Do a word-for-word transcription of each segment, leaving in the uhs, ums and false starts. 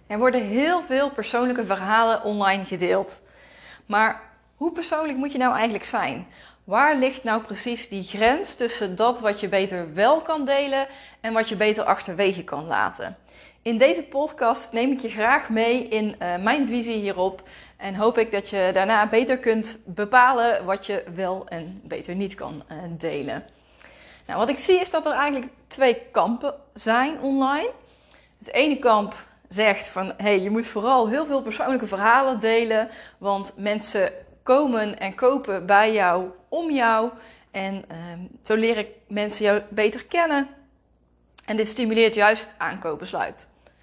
Er worden heel veel persoonlijke verhalen online gedeeld. Maar hoe persoonlijk moet je nou eigenlijk zijn? Waar ligt nou precies die grens tussen dat wat je beter wel kan delen en wat je beter achterwege kan laten? In deze podcast neem ik je graag mee in uh, mijn visie hierop en hoop ik dat je daarna beter kunt bepalen wat je wel en beter niet kan uh, delen. Nou, wat ik zie is dat er eigenlijk twee kampen zijn online. Het ene kamp zegt van, hey, je moet vooral heel veel persoonlijke verhalen delen, want mensen komen en kopen bij jou om jou en uh, zo leren mensen jou beter kennen en dit stimuleert juist het aankoopbesluit.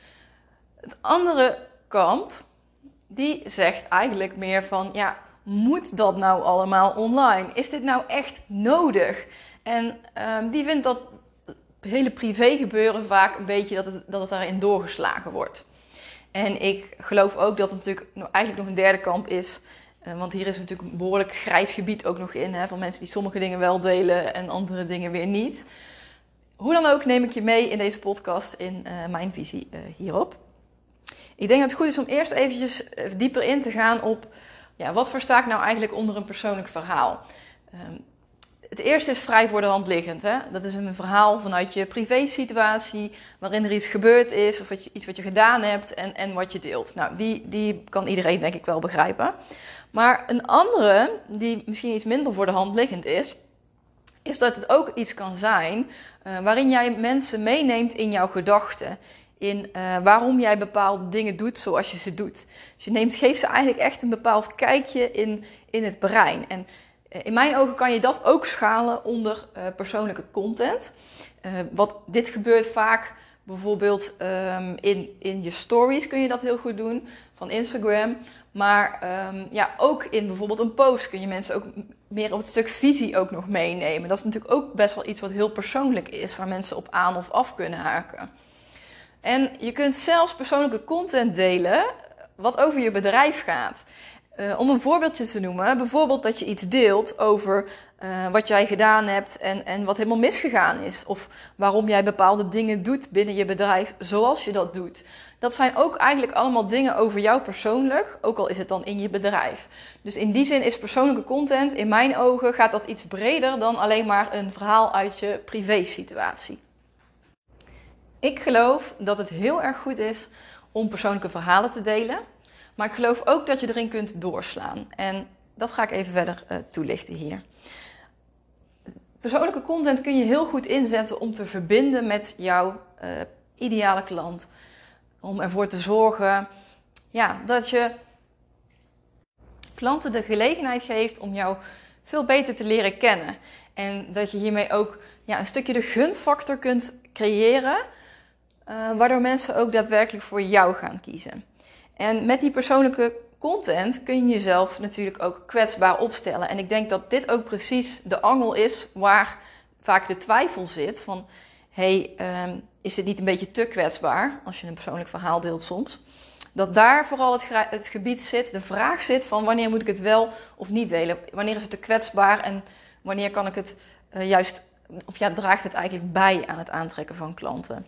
Het andere kamp, die zegt eigenlijk meer van, ja, moet dat nou allemaal online? Is dit nou echt nodig? En um, die vindt dat hele privé gebeuren vaak een beetje dat het, dat het daarin doorgeslagen wordt. En ik geloof ook dat er natuurlijk eigenlijk nog een derde kamp is. Uh, want hier is natuurlijk een behoorlijk grijs gebied ook nog in. Hè, van mensen die sommige dingen wel delen en andere dingen weer niet. Hoe dan ook neem ik je mee in deze podcast in uh, mijn visie uh, hierop. Ik denk dat het goed is om eerst eventjes dieper in te gaan op, ja, wat versta ik nou eigenlijk onder een persoonlijk verhaal? Um, het eerste is vrij voor de hand liggend. Hè? Dat is een verhaal vanuit je privésituatie, waarin er iets gebeurd is of wat je, iets wat je gedaan hebt en, en wat je deelt. Nou, die, die kan iedereen denk ik wel begrijpen. Maar een andere, die misschien iets minder voor de hand liggend is, is dat het ook iets kan zijn uh, waarin jij mensen meeneemt in jouw gedachten. In uh, waarom jij bepaalde dingen doet zoals je ze doet. Dus je neemt, geeft ze eigenlijk echt een bepaald kijkje in, in het brein. En uh, in mijn ogen kan je dat ook schalen onder uh, persoonlijke content. Uh, wat, dit gebeurt vaak bijvoorbeeld um, in, in je stories kun je dat heel goed doen van Instagram. Maar um, ja, ook in bijvoorbeeld een post kun je mensen ook meer op het stuk visie ook nog meenemen. Dat is natuurlijk ook best wel iets wat heel persoonlijk is, waar mensen op aan of af kunnen haken. En je kunt zelfs persoonlijke content delen wat over je bedrijf gaat. Uh, om een voorbeeldje te noemen, bijvoorbeeld dat je iets deelt over uh, wat jij gedaan hebt en, en wat helemaal misgegaan is. Of waarom jij bepaalde dingen doet binnen je bedrijf zoals je dat doet. Dat zijn ook eigenlijk allemaal dingen over jou persoonlijk, ook al is het dan in je bedrijf. Dus in die zin is persoonlijke content, in mijn ogen, gaat dat iets breder dan alleen maar een verhaal uit je privésituatie. Ik geloof dat het heel erg goed is om persoonlijke verhalen te delen. Maar ik geloof ook dat je erin kunt doorslaan. En dat ga ik even verder uh, toelichten hier. Persoonlijke content kun je heel goed inzetten om te verbinden met jouw uh, ideale klant. Om ervoor te zorgen ja, dat je klanten de gelegenheid geeft om jou veel beter te leren kennen. En dat je hiermee ook ja, een stukje de gunfactor kunt creëren. Uh, waardoor mensen ook daadwerkelijk voor jou gaan kiezen. En met die persoonlijke content kun je jezelf natuurlijk ook kwetsbaar opstellen. En ik denk dat dit ook precies de angel is waar vaak de twijfel zit. Van, hey, um, is dit niet een beetje te kwetsbaar? Als je een persoonlijk verhaal deelt soms. Dat daar vooral het, het gebied zit, de vraag zit van wanneer moet ik het wel of niet delen? Wanneer is het te kwetsbaar en wanneer kan ik het uh, juist, of ja, draagt het eigenlijk bij aan het aantrekken van klanten?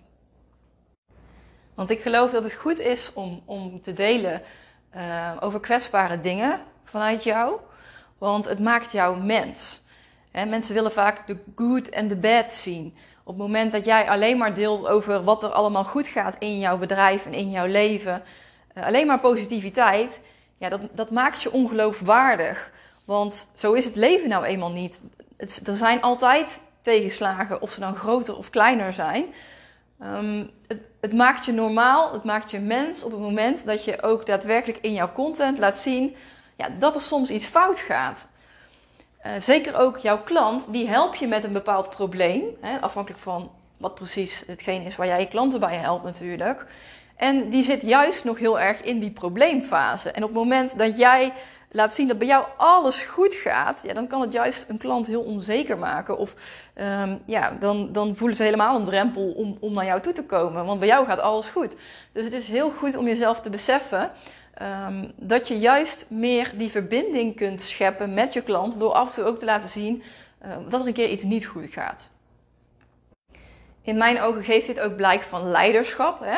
Want ik geloof dat het goed is om, om te delen uh, over kwetsbare dingen vanuit jou. Want het maakt jou mens. He, mensen willen vaak de good en de bad zien. Op het moment dat jij alleen maar deelt over wat er allemaal goed gaat in jouw bedrijf en in jouw leven. Uh, alleen maar positiviteit. Ja, dat, dat maakt je ongeloofwaardig. Want zo is het leven nou eenmaal niet. Het, er zijn altijd tegenslagen, of ze dan groter of kleiner zijn. Um, het, het maakt je normaal, het maakt je mens op het moment dat je ook daadwerkelijk in jouw content laat zien ja, dat er soms iets fout gaat. Uh, zeker ook jouw klant, die helpt je met een bepaald probleem. Hè, afhankelijk van wat precies hetgeen is waar jij je klanten bij helpt natuurlijk. En die zit juist nog heel erg in die probleemfase. En op het moment dat jij laat zien dat bij jou alles goed gaat, ja, dan kan het juist een klant heel onzeker maken. Of um, ja, dan, dan voelen ze helemaal een drempel om, om naar jou toe te komen. Want bij jou gaat alles goed. Dus het is heel goed om jezelf te beseffen um, dat je juist meer die verbinding kunt scheppen met je klant. Door af en toe ook te laten zien uh, dat er een keer iets niet goed gaat. In mijn ogen geeft dit ook blijk van leiderschap. Hè?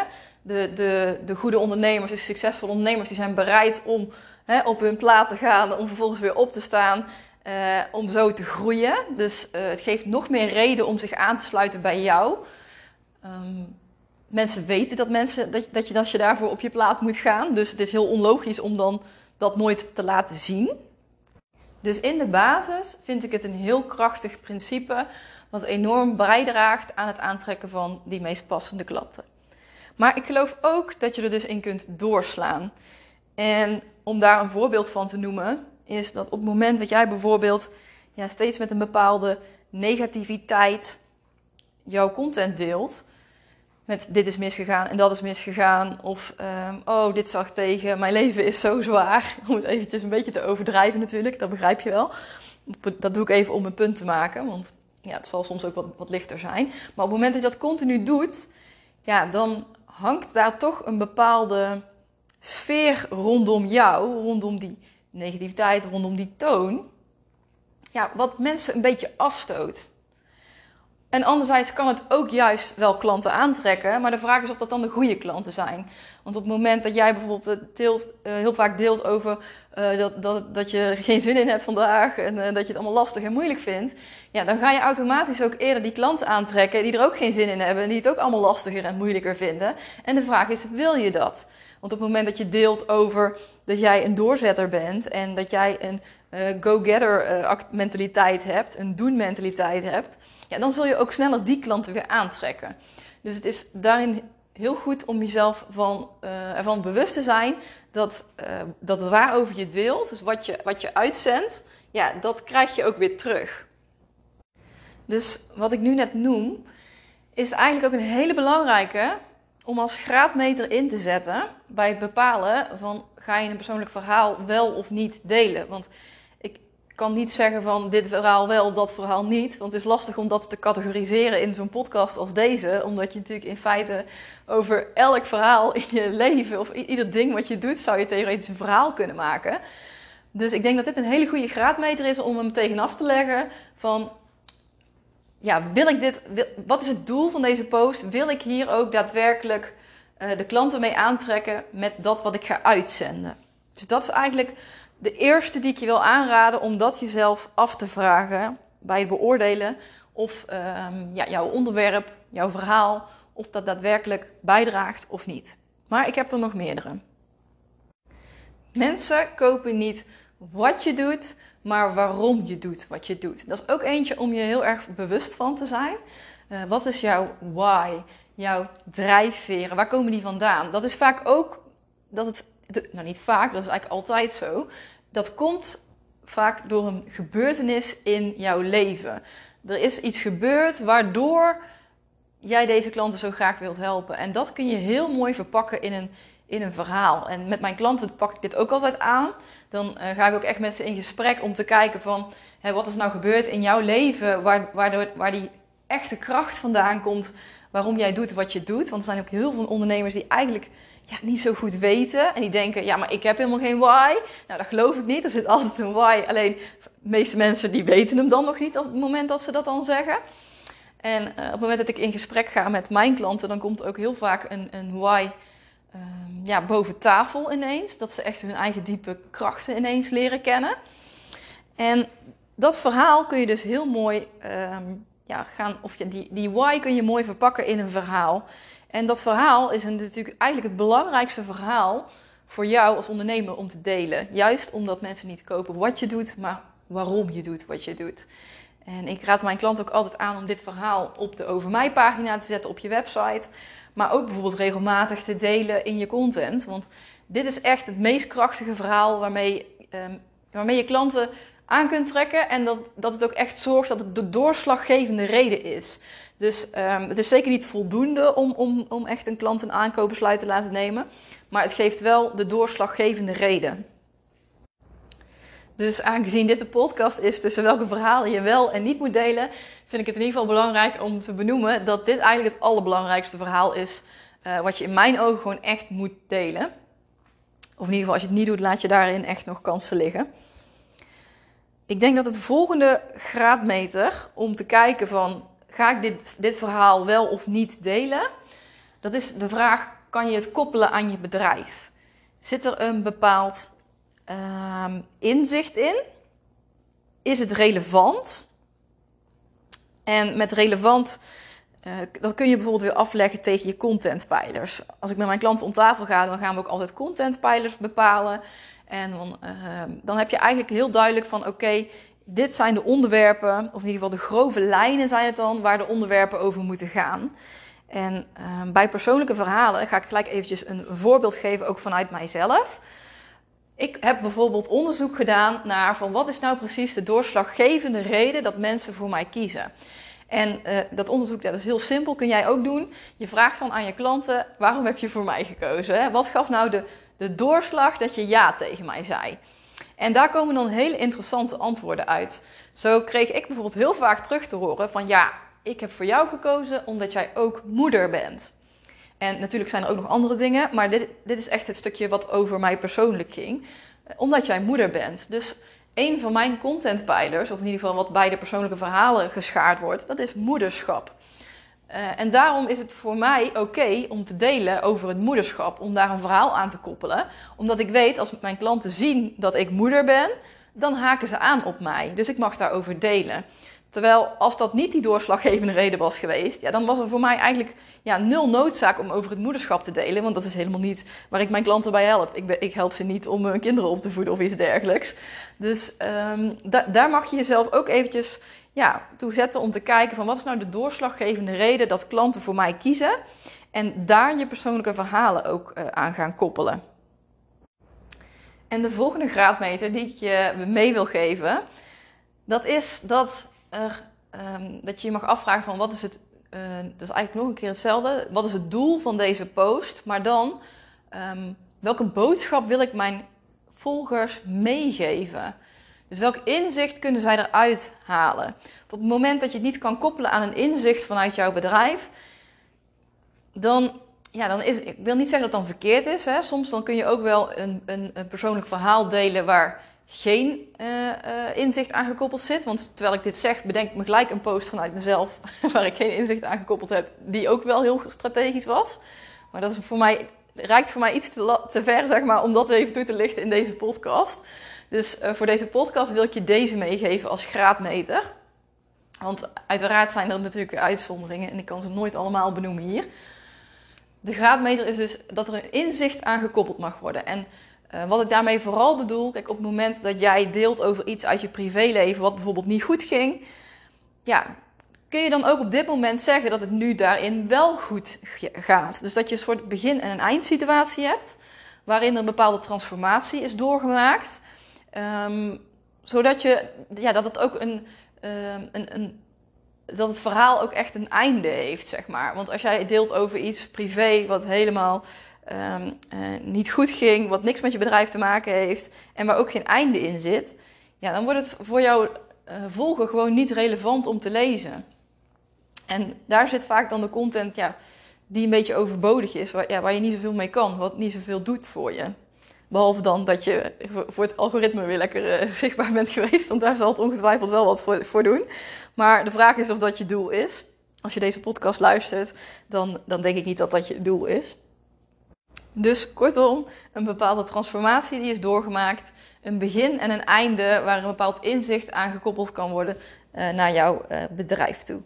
De, de, de goede ondernemers, de succesvolle ondernemers, die zijn bereid om hè, op hun plaat te gaan, om vervolgens weer op te staan, uh, om zo te groeien. Dus uh, het geeft nog meer reden om zich aan te sluiten bij jou. Um, mensen weten dat, mensen, dat, dat, je, dat je daarvoor op je plaat moet gaan. Dus het is heel onlogisch om dan dat nooit te laten zien. Dus in de basis vind ik het een heel krachtig principe, wat enorm bijdraagt aan het aantrekken van die meest passende klanten. Maar ik geloof ook dat je er dus in kunt doorslaan. En om daar een voorbeeld van te noemen, is dat op het moment dat jij bijvoorbeeld ja, steeds met een bepaalde negativiteit jouw content deelt, met dit is misgegaan en dat is misgegaan, of um, oh, dit zag tegen, mijn leven is zo zwaar, om het eventjes een beetje te overdrijven natuurlijk, dat begrijp je wel. Dat doe ik even om een punt te maken, want ja, het zal soms ook wat, wat lichter zijn. Maar op het moment dat je dat continu doet, ja, dan hangt daar toch een bepaalde sfeer rondom jou, rondom die negativiteit, rondom die toon, ja, wat mensen een beetje afstoot. En anderzijds kan het ook juist wel klanten aantrekken, maar de vraag is of dat dan de goede klanten zijn. Want op het moment dat jij bijvoorbeeld deelt, uh, heel vaak deelt over uh, dat, dat, dat je geen zin in hebt vandaag en uh, dat je het allemaal lastig en moeilijk vindt, ja, dan ga je automatisch ook eerder die klanten aantrekken die er ook geen zin in hebben en die het ook allemaal lastiger en moeilijker vinden. En de vraag is, wil je dat? Want op het moment dat je deelt over dat jij een doorzetter bent en dat jij een uh, go-getter uh, mentaliteit hebt, een doen-mentaliteit hebt, ja, dan zul je ook sneller die klanten weer aantrekken. Dus het is daarin heel goed om jezelf van, uh, ervan bewust te zijn dat, uh, dat waarover je deelt, dus wat je, wat je uitzendt, ja, dat krijg je ook weer terug. Dus wat ik nu net noem, is eigenlijk ook een hele belangrijke om als graadmeter in te zetten bij het bepalen van ga je een persoonlijk verhaal wel of niet delen. Want ik kan niet zeggen van dit verhaal wel, dat verhaal niet. Want het is lastig om dat te categoriseren in zo'n podcast als deze. Omdat je natuurlijk in feite over elk verhaal in je leven of ieder ding wat je doet, zou je theoretisch een verhaal kunnen maken. Dus ik denk dat dit een hele goede graadmeter is om hem tegenaf te leggen van ja, wil ik dit, wil, wat is het doel van deze post? Wil ik hier ook daadwerkelijk uh, de klanten mee aantrekken met dat wat ik ga uitzenden? Dus dat is eigenlijk de eerste die ik je wil aanraden om dat jezelf af te vragen bij het beoordelen of uh, ja, jouw onderwerp, jouw verhaal, of dat daadwerkelijk bijdraagt of niet. Maar ik heb er nog meerdere. Mensen kopen niet wat je doet, maar waarom je doet wat je doet. Dat is ook eentje om je heel erg bewust van te zijn. Uh, wat is jouw why, jouw drijfveren? Waar komen die vandaan? Dat is vaak ook, dat het, de, nou niet vaak, dat is eigenlijk altijd zo. Dat komt vaak door een gebeurtenis in jouw leven. Er is iets gebeurd waardoor jij deze klanten zo graag wilt helpen. En dat kun je heel mooi verpakken in een, in een verhaal. En met mijn klanten pak ik dit ook altijd aan. Dan uh, ga ik ook echt met ze in gesprek om te kijken van hè, wat is nou gebeurd in jouw leven waar, waardoor, waar die echte kracht vandaan komt waarom jij doet wat je doet. Want er zijn ook heel veel ondernemers die eigenlijk ja, niet zo goed weten en die denken ja, maar ik heb helemaal geen why. Nou, dat geloof ik niet. Er zit altijd een why. Alleen de meeste mensen die weten hem dan nog niet op het moment dat ze dat dan zeggen. En uh, op het moment dat ik in gesprek ga met mijn klanten, dan komt ook heel vaak een, een why uh, ja, boven tafel ineens. Dat ze echt hun eigen diepe krachten ineens leren kennen. En dat verhaal kun je dus heel mooi um, ja, gaan, of je, die, die why kun je mooi verpakken in een verhaal. En dat verhaal is een, natuurlijk eigenlijk het belangrijkste verhaal voor jou als ondernemer om te delen. Juist omdat mensen niet kopen wat je doet, maar waarom je doet wat je doet. En ik raad mijn klant ook altijd aan om dit verhaal op de Over Mij pagina te zetten op je website. Maar ook bijvoorbeeld regelmatig te delen in je content. Want dit is echt het meest krachtige verhaal waarmee, um, waarmee je klanten aan kunt trekken. En dat, dat het ook echt zorgt dat het de doorslaggevende reden is. Dus um, het is zeker niet voldoende om, om, om echt een klant een aankoopbesluit te laten nemen. Maar het geeft wel de doorslaggevende reden. Dus aangezien dit de podcast is tussen welke verhalen je wel en niet moet delen, vind ik het in ieder geval belangrijk om te benoemen dat dit eigenlijk het allerbelangrijkste verhaal is uh, wat je in mijn ogen gewoon echt moet delen. Of in ieder geval als je het niet doet, laat je daarin echt nog kansen liggen. Ik denk dat het volgende graadmeter om te kijken van ga ik dit, dit verhaal wel of niet delen, dat is de vraag, kan je het koppelen aan je bedrijf? Zit er een bepaald uh, inzicht in? Is het relevant? En met relevant, uh, dat kun je bijvoorbeeld weer afleggen tegen je contentpijlers. Als ik met mijn klanten om tafel ga, dan gaan we ook altijd contentpijlers bepalen. En dan, uh, dan heb je eigenlijk heel duidelijk van, oké, okay, dit zijn de onderwerpen, of in ieder geval de grove lijnen zijn het dan, waar de onderwerpen over moeten gaan. En uh, bij persoonlijke verhalen ga ik gelijk eventjes een voorbeeld geven, ook vanuit mijzelf. Ik heb bijvoorbeeld onderzoek gedaan naar van wat is nou precies de doorslaggevende reden dat mensen voor mij kiezen. En uh, dat onderzoek, dat is heel simpel, kun jij ook doen. Je vraagt dan aan je klanten, waarom heb je voor mij gekozen? Hè? Wat gaf nou de, de doorslag dat je ja tegen mij zei? En daar komen dan hele interessante antwoorden uit. Zo kreeg ik bijvoorbeeld heel vaak terug te horen van ja, ik heb voor jou gekozen omdat jij ook moeder bent. En natuurlijk zijn er ook nog andere dingen, maar dit, dit is echt het stukje wat over mij persoonlijk ging. Omdat jij moeder bent. Dus een van mijn contentpijlers, of in ieder geval wat bij de persoonlijke verhalen geschaard wordt, dat is moederschap. Uh, en daarom is het voor mij oké okay om te delen over het moederschap, om daar een verhaal aan te koppelen. Omdat ik weet, als mijn klanten zien dat ik moeder ben, dan haken ze aan op mij. Dus ik mag daarover delen. Terwijl als dat niet die doorslaggevende reden was geweest, ja, dan was er voor mij eigenlijk ja, nul noodzaak om over het moederschap te delen. Want dat is helemaal niet waar ik mijn klanten bij help. Ik, ben, ik help ze niet om hun kinderen op te voeden of iets dergelijks. Dus um, da- daar mag je jezelf ook eventjes ja, toe zetten om te kijken van wat is nou de doorslaggevende reden dat klanten voor mij kiezen. En daar je persoonlijke verhalen ook uh, aan gaan koppelen. En de volgende graadmeter die ik je mee wil geven, dat is dat... Er, um, dat je je mag afvragen van wat is het, uh, dat is eigenlijk nog een keer hetzelfde, wat is het doel van deze post, maar dan um, welke boodschap wil ik mijn volgers meegeven? Dus welk inzicht kunnen zij eruit halen? Op het moment dat je het niet kan koppelen aan een inzicht vanuit jouw bedrijf, dan, ja, dan is, ik wil niet zeggen dat het dan verkeerd is, hè? Soms dan kun je ook wel een, een, een persoonlijk verhaal delen waar geen uh, uh, inzicht aan gekoppeld zit. Want terwijl ik dit zeg, bedenk ik me gelijk een post vanuit mezelf waar ik geen inzicht aan gekoppeld heb, die ook wel heel strategisch was. Maar dat is voor mij, reikt voor mij iets te, la- te ver, zeg maar, om dat even toe te lichten in deze podcast. Dus uh, voor deze podcast wil ik je deze meegeven als graadmeter. Want uiteraard zijn er natuurlijk uitzonderingen en ik kan ze nooit allemaal benoemen hier. De graadmeter is dus dat er een inzicht aan gekoppeld mag worden. En Uh, wat ik daarmee vooral bedoel, kijk, op het moment dat jij deelt over iets uit je privéleven wat bijvoorbeeld niet goed ging, ja, kun je dan ook op dit moment zeggen dat het nu daarin wel goed gaat. Dus dat je een soort begin- en een eindsituatie hebt, waarin er een bepaalde transformatie is doorgemaakt, um, zodat je, ja, dat het ook een, uh, een, een dat het verhaal ook echt een einde heeft, zeg maar. Want als jij deelt over iets privé wat helemaal Um, uh, niet goed ging, wat niks met je bedrijf te maken heeft en waar ook geen einde in zit, ja, dan wordt het voor jouw uh, volger gewoon niet relevant om te lezen. En daar zit vaak dan de content ja, die een beetje overbodig is, waar, ja, waar je niet zoveel mee kan, wat niet zoveel doet voor je. Behalve dan dat je voor het algoritme weer lekker uh, zichtbaar bent geweest, want daar zal het ongetwijfeld wel wat voor, voor doen. Maar de vraag is of dat je doel is. Als je deze podcast luistert, dan, dan denk ik niet dat dat je doel is. Dus kortom, een bepaalde transformatie die is doorgemaakt, een begin en een einde waar een bepaald inzicht aan gekoppeld kan worden uh, naar jouw uh, bedrijf toe.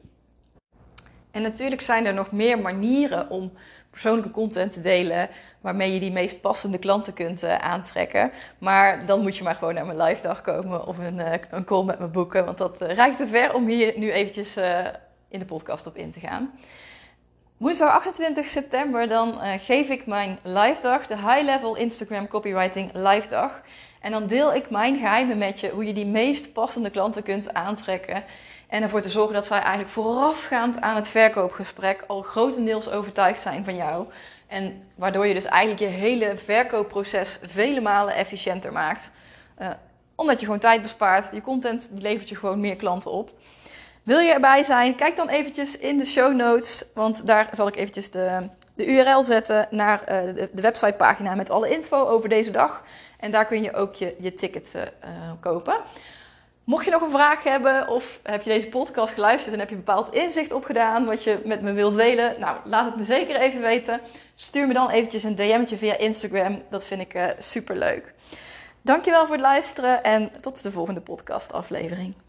En natuurlijk zijn er nog meer manieren om persoonlijke content te delen waarmee je die meest passende klanten kunt uh, aantrekken. Maar dan moet je maar gewoon naar mijn live dag komen of een, uh, een call met me boeken, want dat uh, reikt te ver om hier nu eventjes uh, in de podcast op in te gaan. Woensdag achtentwintig september dan uh, geef ik mijn live dag, de High Level Instagram Copywriting live dag. En dan deel ik mijn geheimen met je, hoe je die meest passende klanten kunt aantrekken. En ervoor te zorgen dat zij eigenlijk voorafgaand aan het verkoopgesprek al grotendeels overtuigd zijn van jou. En waardoor je dus eigenlijk je hele verkoopproces vele malen efficiënter maakt. Uh, omdat je gewoon tijd bespaart, je content die levert je gewoon meer klanten op. Wil je erbij zijn? Kijk dan eventjes in de show notes, want daar zal ik eventjes de, de U R L zetten naar uh, de, de websitepagina met alle info over deze dag. En daar kun je ook je, je ticket uh, kopen. Mocht je nog een vraag hebben of heb je deze podcast geluisterd en heb je een bepaald inzicht opgedaan wat je met me wilt delen, nou, laat het me zeker even weten. Stuur me dan eventjes een D M'tje via Instagram. Dat vind ik uh, super leuk. Dankjewel voor het luisteren en tot de volgende podcast aflevering.